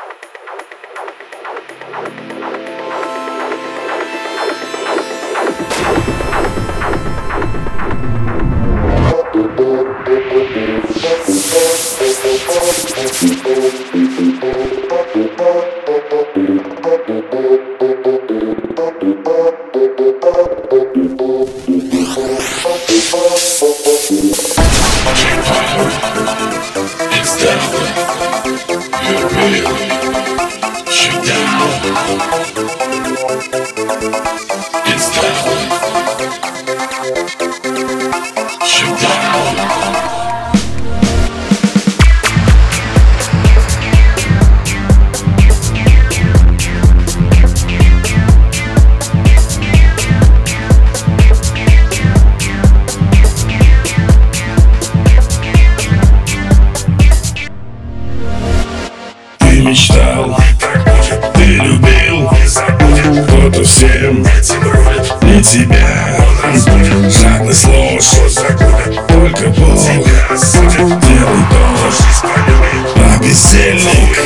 Мечтал, ты любил, кто-то всем не тебя. Жадность, ложь, только Бог делай то, а бездельник.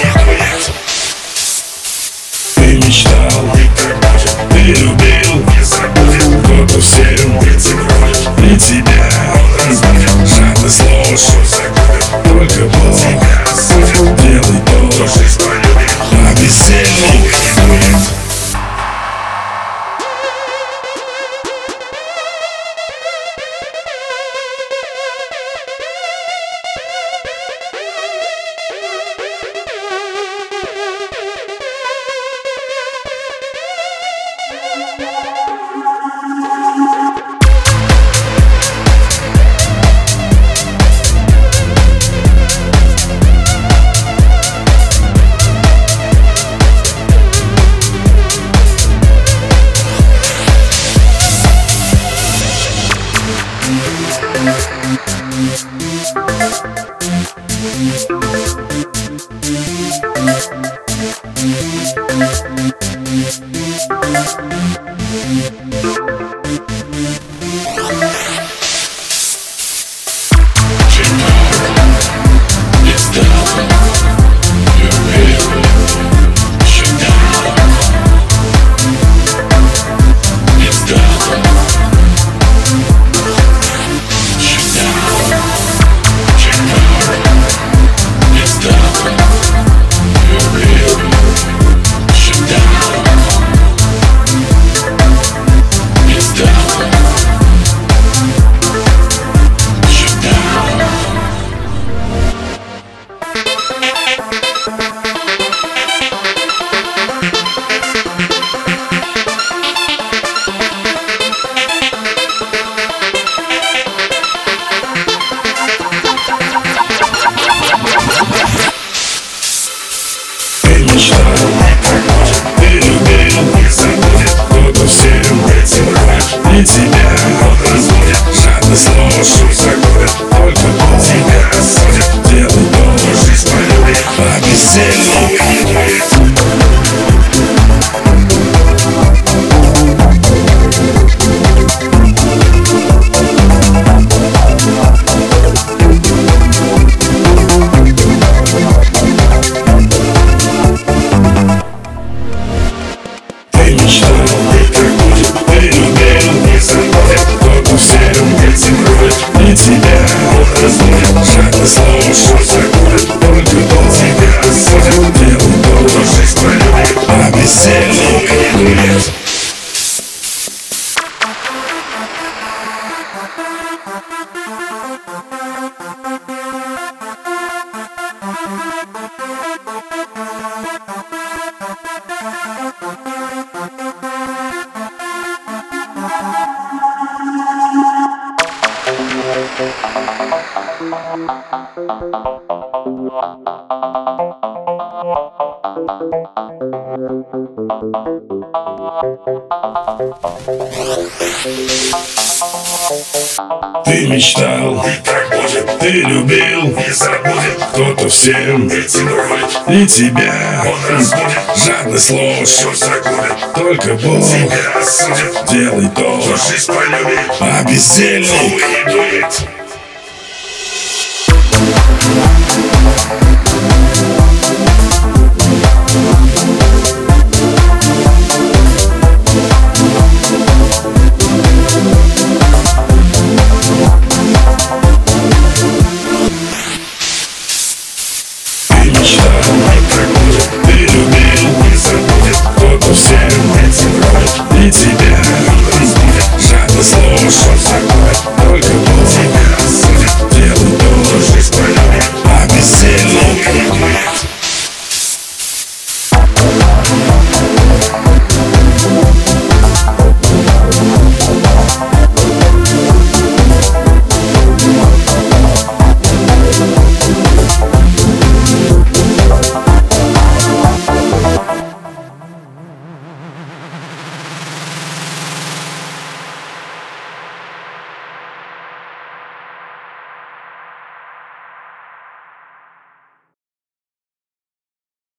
Ты мечтал, ты любил, кто-то всем не тебя. Жадность, ложь, только Бог делай то, а бездельник. Не тебя жадность, ложь, только Бог делай то, а бездельник. Ты мечтал, ты любил, кто-то всем не тебя. Жадность, ложь, только Бог делай то, а бездельник. Ты мечтал, ты любил, кто-то всем не тебя. Жадность, ложь, только Бог делай то, а бездельник. Кто-то всем и тебя жадно слушает.